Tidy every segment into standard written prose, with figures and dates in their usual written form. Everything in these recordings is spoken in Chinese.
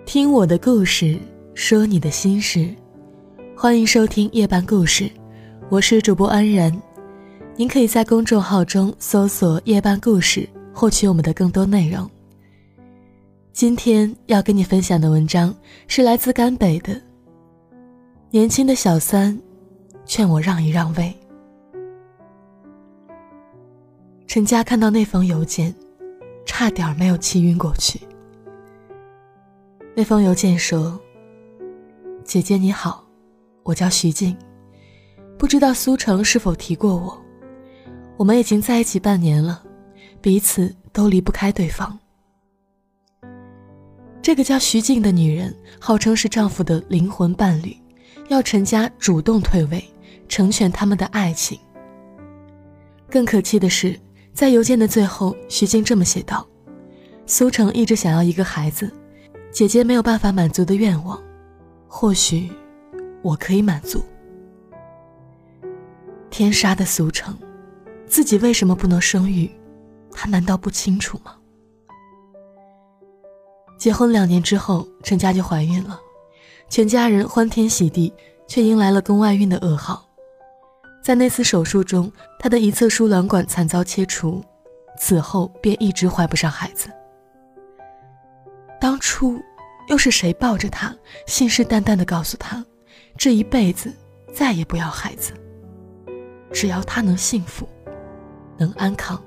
听我的故事，说你的心事，欢迎收听夜半故事，我是主播安然。您可以在公众号中搜索夜半故事，获取我们的更多内容。今天要跟你分享的文章是来自甘北的年轻的小三劝我让一让位。陈佳看到那封邮件，差点没有气晕过去。那封邮件说：姐姐你好，我叫徐静，不知道苏城是否提过我，我们已经在一起半年了，彼此都离不开对方。这个叫徐静的女人号称是丈夫的灵魂伴侣，要陈家主动退位，成全他们的爱情。更可气的是，在邮件的最后，徐静这么写道：苏城一直想要一个孩子，姐姐没有办法满足的愿望，或许我可以满足。天杀的苏城，自己为什么不能生育，他难道不清楚吗？结婚2年之后，陈佳就怀孕了，全家人欢天喜地，却迎来了宫外孕的噩耗。在那次手术中，她的一侧输卵管惨遭切除，此后便一直怀不上孩子。当初又是谁抱着她，信誓旦旦地告诉她，这一辈子再也不要孩子，只要她能幸福，能安康。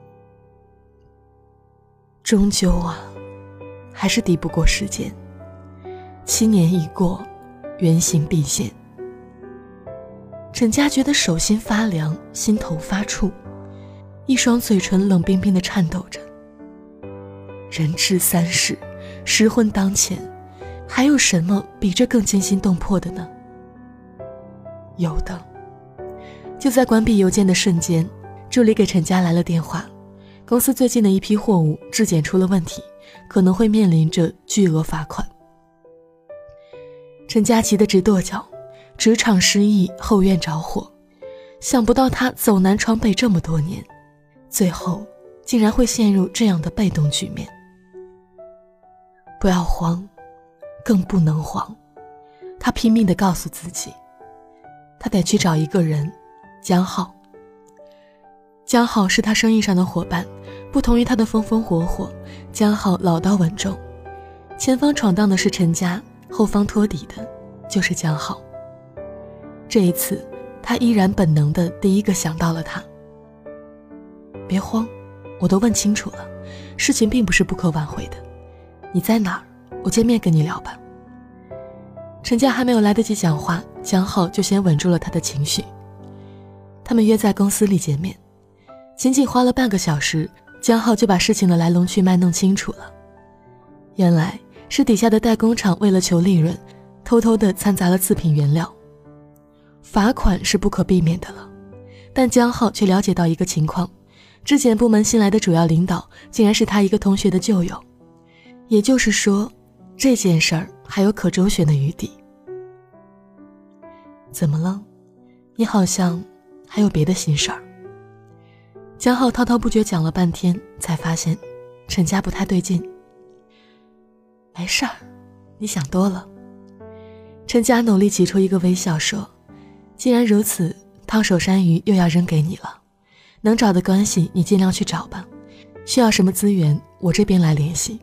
终究啊，还是抵不过时间。7年已过，原形毕现。陈佳觉得手心发凉，心头发怵，一双嘴唇冷冰冰地颤抖着。人至30，失婚当前，还有什么比这更惊心动魄的呢？有的。就在关闭邮件的瞬间，助理给陈佳来了电话，公司最近的一批货物质检出了问题，可能会面临着巨额罚款。陈佳急得直跺脚，职场失意，后院着火，想不到他走南闯北这么多年，最后竟然会陷入这样的被动局面。不要慌，更不能慌，他拼命地告诉自己，他得去找一个人，江浩。江浩是他生意上的伙伴，不同于他的风风火火，江浩老道稳重，前方闯荡的是陈家，后方托底的就是江浩。这一次他依然本能地第一个想到了他。别慌，我都问清楚了，事情并不是不可挽回的，你在哪儿，我见面跟你聊吧。陈佳还没有来得及讲话，江浩就先稳住了他的情绪。他们约在公司里见面，仅仅花了半个小时，江浩就把事情的来龙去脉弄清楚了。原来是底下的代工厂为了求利润，偷偷地掺杂了次品原料。罚款是不可避免的了，但江浩却了解到一个情况，质检部门新来的主要领导竟然是他一个同学的旧友，也就是说，这件事儿还有可周旋的余地。怎么了？你好像还有别的心事儿。江浩滔滔不绝讲了半天，才发现陈佳不太对劲。没事儿，你想多了。陈佳努力挤出一个微笑说，既然如此，烫手山芋又要扔给你了，能找的关系你尽量去找吧，需要什么资源我这边来联系。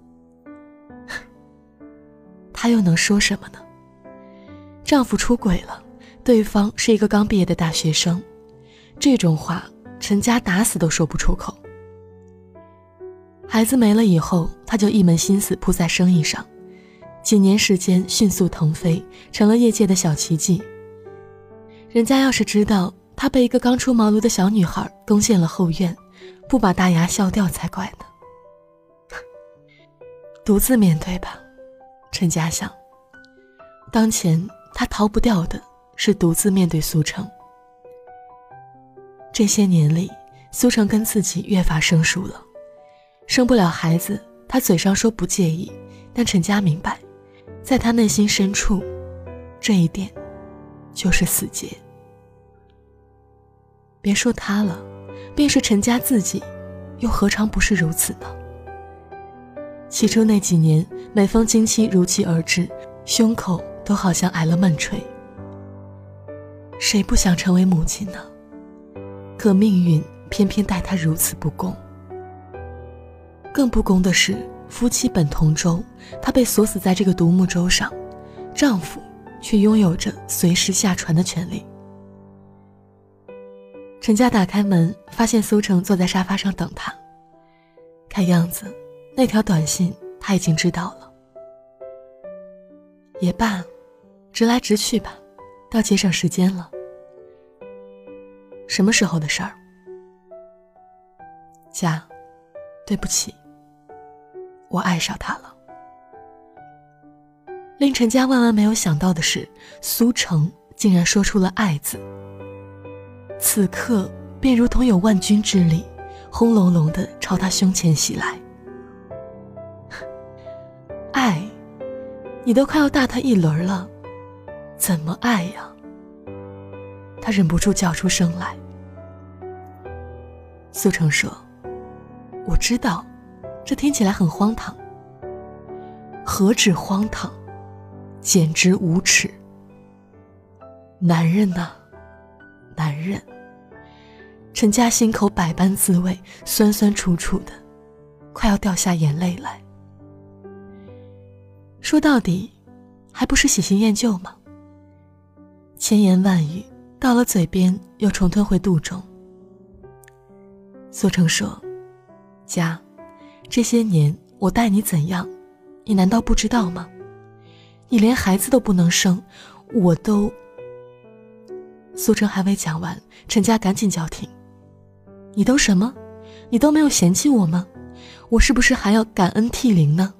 他又能说什么呢？丈夫出轨了，对方是一个刚毕业的大学生，这种话陈佳打死都说不出口。孩子没了以后，他就一门心思扑在生意上，几年时间迅速腾飞，成了业界的小奇迹。人家要是知道他被一个刚出茅庐的小女孩攻陷了后院，不把大牙笑掉才怪呢。独自面对吧，陈佳想，当前他逃不掉的是独自面对苏城。这些年里，苏城跟自己越发生疏了，生不了孩子，他嘴上说不介意，但陈佳明白，在他内心深处，这一点就是死结。别说他了，便是陈佳自己，又何尝不是如此呢？ 起初那几年，每逢经期如期而至，胸口都好像挨了闷锤。谁不想成为母亲呢？可命运偏偏待她如此不公。更不公的是，夫妻本同舟，她被锁死在这个独木舟上，丈夫却拥有着随时下船的权利。陈家打开门，发现苏成坐在沙发上等他。看样子，那条短信他已经知道了。也罢，直来直去吧，倒节省时间了。什么时候的事儿？家，对不起，我爱上他了。令陈家万万没有想到的是，苏成竟然说出了爱字。此刻便如同有万军之力，轰隆隆地朝他胸前袭来。爱，你都快要大他一轮了，怎么爱呀？他忍不住叫出声来。苏成说，我知道，这听起来很荒唐。何止荒唐，简直无耻。男人呐，男人。陈家心口百般滋味，酸酸楚楚的，快要掉下眼泪来。说到底，还不是喜新厌旧吗？千言万语到了嘴边，又重吞回肚中。苏成说，家，这些年我待你怎样，你难道不知道吗？你连孩子都不能生，我都……苏成还未讲完，陈家赶紧叫停。你都什么？你都没有嫌弃我吗？我是不是还要感恩涕零呢？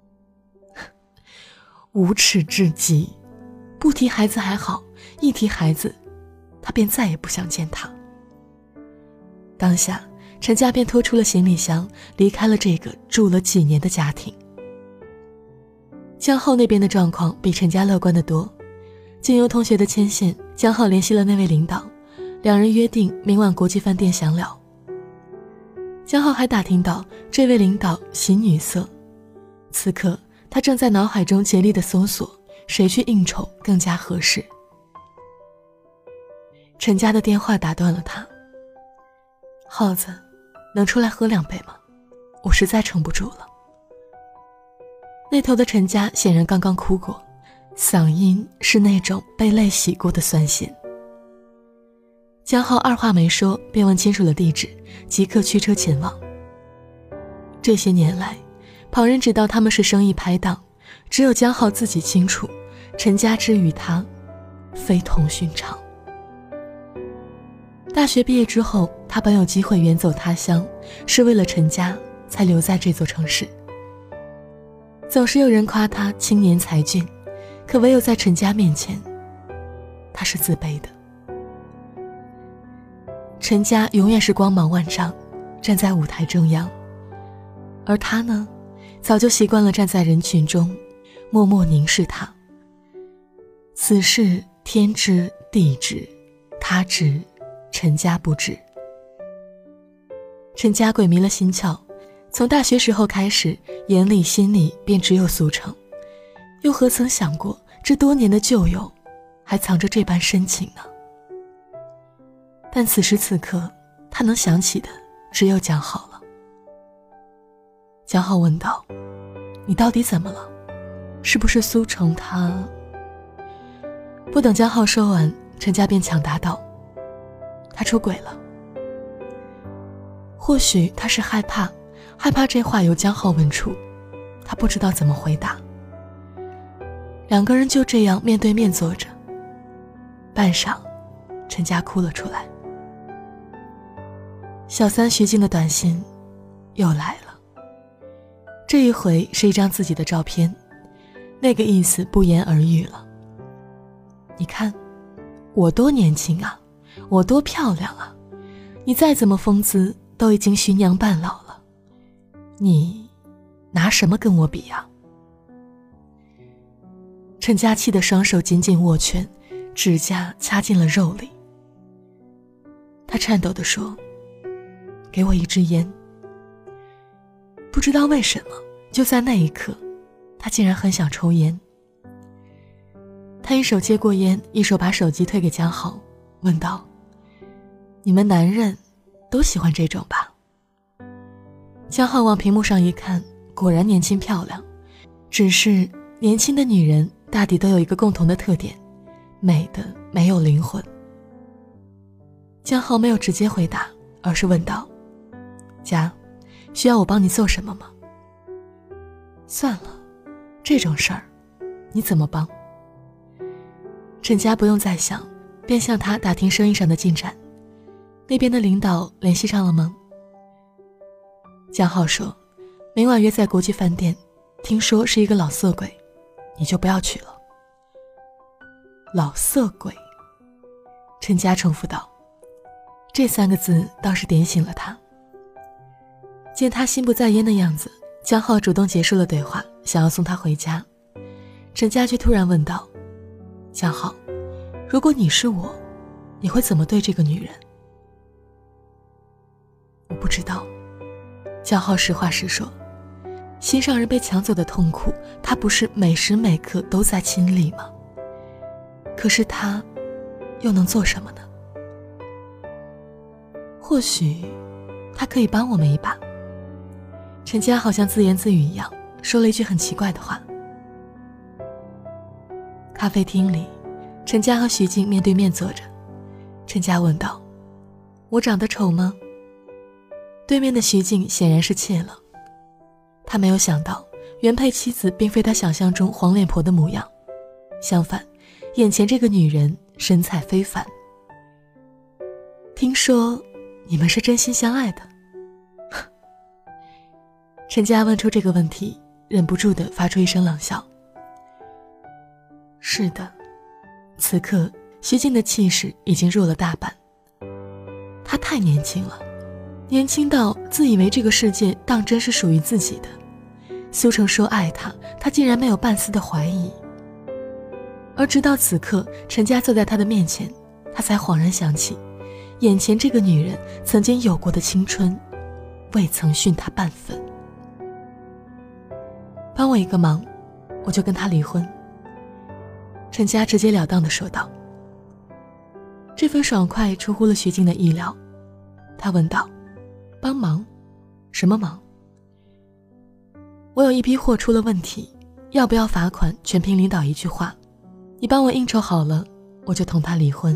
无耻至极，不提孩子还好，一提孩子，他便再也不想见他。当下，陈家便拖出了行李箱，离开了这个住了几年的家庭。江浩那边的状况比陈家乐观得多，经由同学的牵线，江浩联系了那位领导，两人约定明晚国际饭店详聊。江浩还打听到这位领导喜女色，此刻他正在脑海中竭力地搜索谁去应酬更加合适。陈家的电话打断了他。耗子，能出来喝2杯吗？我实在撑不住了。那头的陈家显然刚刚哭过，嗓音是那种被泪洗过的酸咸。江浩二话没说便问清楚了地址，即刻驱车前往。这些年来，旁人知道他们是生意拍档，只有江浩自己清楚，陈家之与他非同寻常。大学毕业之后，他本有机会远走他乡，是为了陈家才留在这座城市。总是有人夸他青年才俊，可唯有在陈家面前，他是自卑的。陈家永远是光芒万丈，站在舞台中央，而他呢，早就习惯了站在人群中，默默凝视他。此事天知地知，他知陈家不知。陈家鬼迷了心窍，从大学时候开始，眼里心里便只有苏成，又何曾想过这多年的旧友还藏着这般深情呢？但此时此刻，他能想起的只有江浩了。江浩问道，你到底怎么了？是不是苏成他……不等江浩说完，陈家便抢答道，他出轨了。或许他是害怕这话由江浩问出，他不知道怎么回答。两个人就这样面对面坐着，半晌，陈家哭了出来。小三徐静的短信又来了，这一回是一张自己的照片，那个意思不言而喻了。你看，我多年轻啊，我多漂亮啊，你再怎么风姿都已经徐娘半老了，你拿什么跟我比啊？陈家气的双手紧紧握拳，指甲掐进了肉里。他颤抖地说，给我一支烟。不知道为什么， 就在那一刻，他竟然很想抽烟。他一手接过烟，一手把手机推给江浩，问道：你们男人都喜欢这种吧？江浩往屏幕上一看，果然年轻漂亮，只是年轻的女人大抵都有一个共同的特点，美的没有灵魂。江浩没有直接回答，而是问道：佳，需要我帮你做什么吗？算了，这种事儿你怎么帮？陈佳不用再想，便向他打听生意上的进展。那边的领导联系上了吗？江浩说，明晚约在国际饭店，听说是一个老色鬼，你就不要去了。老色鬼，陈佳重复道，这3个字倒是点醒了他。见他心不在焉的样子，江浩主动结束了对话，想要送他回家。陈佳却突然问道：江浩，如果你是我，你会怎么对这个女人？我不知道。江浩实话实说，心上人被抢走的痛苦，他不是每时每刻都在亲历吗？可是他又能做什么呢？或许他可以帮我们一把。陈佳好像自言自语一样，说了一句很奇怪的话。咖啡厅里，陈佳和徐静面对面坐着。陈佳问道：我长得丑吗？对面的徐静显然是怯了，他没有想到原配妻子并非他想象中黄脸婆的模样，相反，眼前这个女人神采非凡。听说你们是真心相爱的？陈佳问出这个问题，忍不住地发出一声冷笑。是的，此刻徐静的气势已经弱了大半。她太年轻了，年轻到自以为这个世界当真是属于自己的。苏成说爱她，她竟然没有半丝的怀疑。而直到此刻，陈佳坐在她的面前，她才恍然想起，眼前这个女人曾经有过的青春，未曾逊她半分。帮我一个忙，我就跟他离婚。陈佳直截了当地说道。这份爽快出乎了徐静的意料，他问道：帮忙？什么忙？我有一批货出了问题，要不要罚款全凭领导一句话，你帮我应酬好了，我就同他离婚。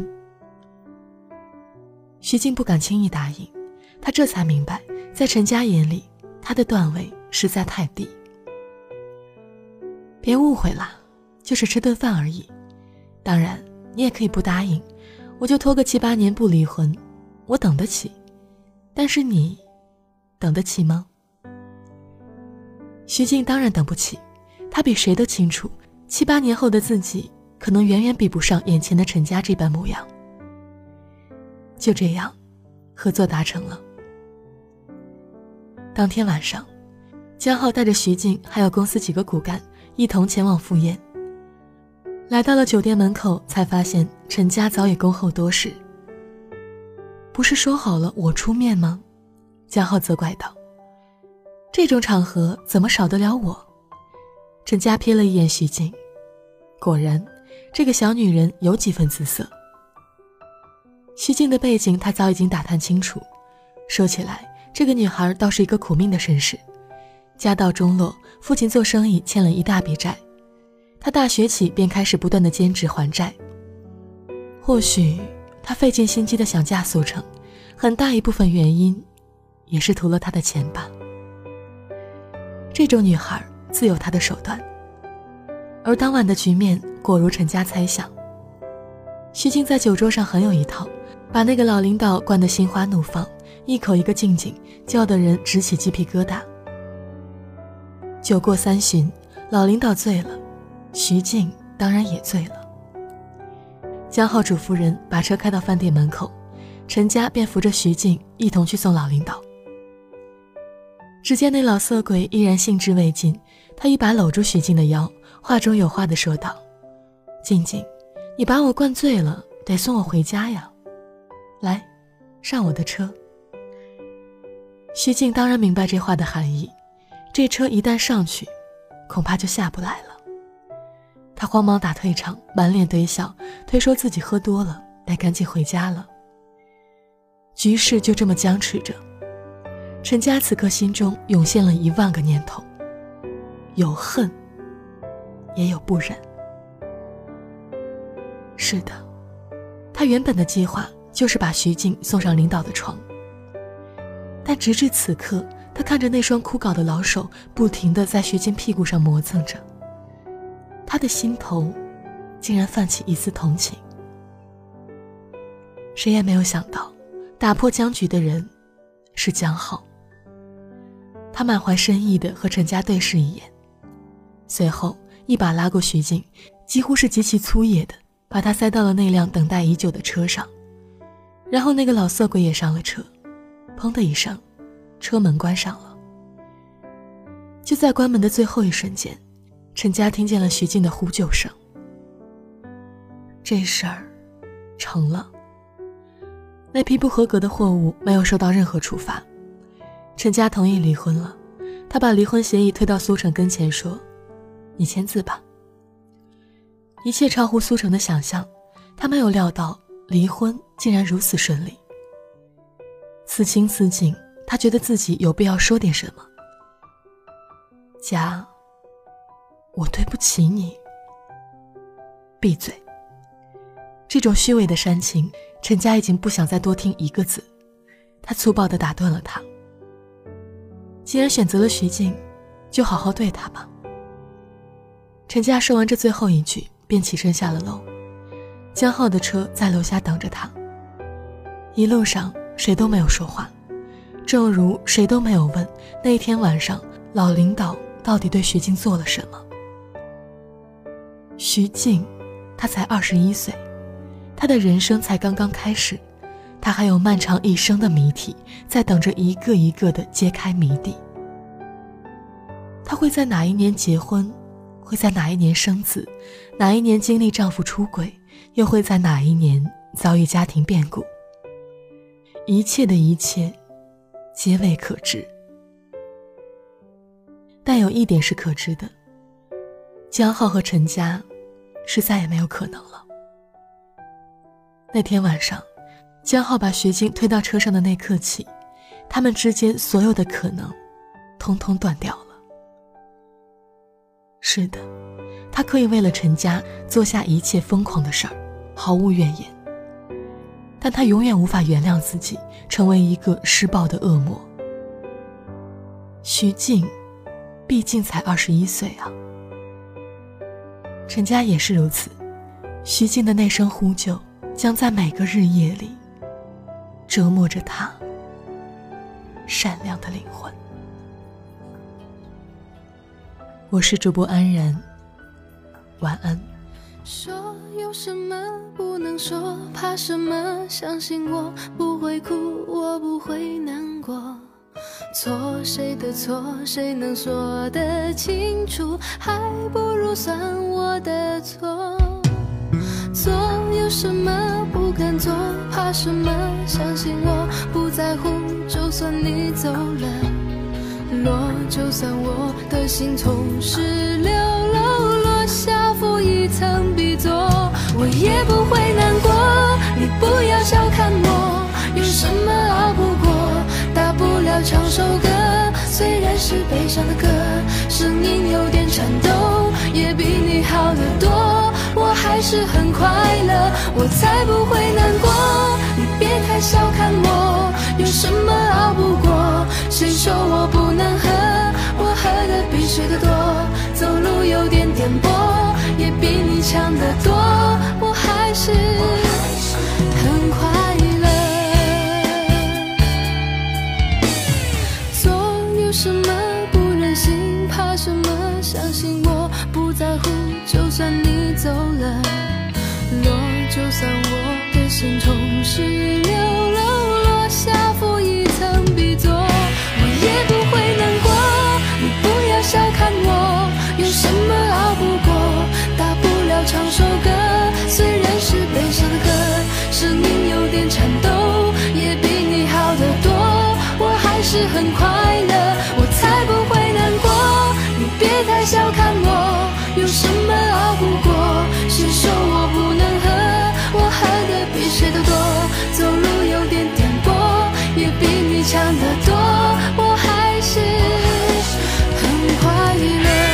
徐静不敢轻易答应，他这才明白，在陈佳眼里，他的段位实在太低。别误会啦，就是吃顿饭而已。当然，你也可以不答应，我就拖个7、8年不离婚，我等得起。但是你，等得起吗？徐静当然等不起，他比谁都清楚，7、8年后的自己可能远远比不上眼前的陈佳这般模样。就这样，合作达成了。当天晚上，江浩带着徐静还有公司几个骨干一同前往赴宴。来到了酒店门口，才发现陈佳早已恭候多时。不是说好了我出面吗？江浩责怪道。这种场合怎么少得了我？陈佳瞥了一眼徐静，果然这个小女人有几分姿色。徐静的背景他早已经打探清楚，说起来这个女孩倒是一个苦命的身世，家道中落，父亲做生意欠了一大笔债，他大学起便开始不断的兼职还债。或许他费尽心机的想嫁苏成，很大一部分原因也是图了他的钱吧。这种女孩自有她的手段。而当晚的局面果如陈佳猜想，徐静在酒桌上很有一套，把那个老领导灌得心花怒放，一口一个静静，叫得人直起鸡皮疙瘩。酒过3巡，老领导醉了，徐静当然也醉了。江浩嘱咐人把车开到饭店门口，陈佳便扶着徐静一同去送老领导。只见那老色鬼依然兴致未尽，他一把搂住徐静的腰，话中有话地说道：静静，你把我灌醉了，得送我回家呀，来，上我的车。徐静当然明白这话的含义， 这车一旦上去，恐怕就下不来了。他慌忙打退场，满脸堆笑，推说自己喝多了，得赶紧回家了。局势就这么僵持着。陈家此刻心中涌现了10000个念头，有恨，也有不忍。是的，他原本的计划就是把徐静送上领导的床，但直至此刻，他看着那双枯槁的老手不停地在徐静屁股上磨蹭着，他的心头竟然泛起一丝同情。谁也没有想到，打破僵局的人是江浩。他满怀深意地和陈家对视一眼，随后一把拉过徐静，几乎是极其粗野的把他塞到了那辆等待已久的车上，然后那个老色鬼也上了车，砰的一声，车门关上了。就在关门的最后一瞬间，陈家听见了徐静的呼救声。这事儿成了，那批不合格的货物没有受到任何处罚，陈家同意离婚了。他把离婚协议推到苏成跟前说，你签字吧。一切超乎苏成的想象，他没有料到离婚竟然如此顺利。此情此景，他觉得自己有必要说点什么。家，我对不起你。闭嘴。这种虚伪的煽情，陈家已经不想再多听一个字，他粗暴地打断了他。既然选择了徐静，就好好对他吧。陈家说完这最后一句，便起身下了楼。江浩的车在楼下等着他。一路上谁都没有说话，正如谁都没有问那一天晚上老领导到底对徐静做了什么。徐静，他才21岁，他的人生才刚刚开始，他还有漫长一生的谜题在等着一个一个的揭开谜底。他会在哪一年结婚，会在哪一年生子，哪一年经历丈夫出轨，又会在哪一年遭遇家庭变故。一切的一切皆未可知，但有一点是可知的，江浩和陈家是再也没有可能了。那天晚上，江浩把徐静推到车上的那刻起，他们之间所有的可能通通断掉了。是的，他可以为了陈家做下一切疯狂的事儿，毫无怨言，但他永远无法原谅自己成为一个施暴的恶魔。徐静毕竟才21岁啊。陈家也是如此，徐静的那声呼救将在每个日夜里折磨着他善良的灵魂。我是主播安然，晚安。 说有什么不能说，怕什么，相信我不会哭，我不会难过。错谁的错，谁能说得清楚，还不如算我的错。做有什么不敢做，怕什么，相信我不在乎，就算你走了，落就算我的心从16楼落下，负一层 B 座，我也不会难过。你不要小看我，有什么熬不过，大不了唱首歌，虽然是悲伤的歌，声音有点颤抖，也比你好得多，我还是很快乐，我才不会难过。你别太小看我，有什么熬不过，谁说我不能喝，我喝的比谁的多，走路有点颠簸，也比你强得多，我还是很快乐。做有什么不忍心，怕什么，相信我不在乎，就算你走了，落就算我的心从16楼落下，负一层 B 座，我也不会难过。你不要小看我，有什么熬不过，大不了唱首歌，虽然是悲伤的歌，声音有点颤抖，也比你好得多，我还是很快乐，我才不会难过。 看我，有什么熬不过？谁说我不能喝？我喝的比谁都多，走路有点颠簸，也比你强得多，我还是很快乐。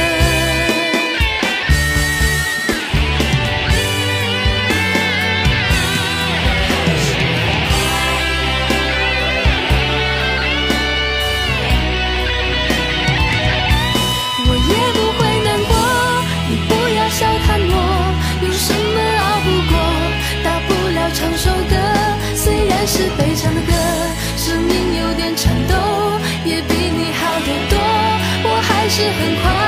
是悲伤的歌，声音有点颤抖，也比你好得多，我还是很快乐。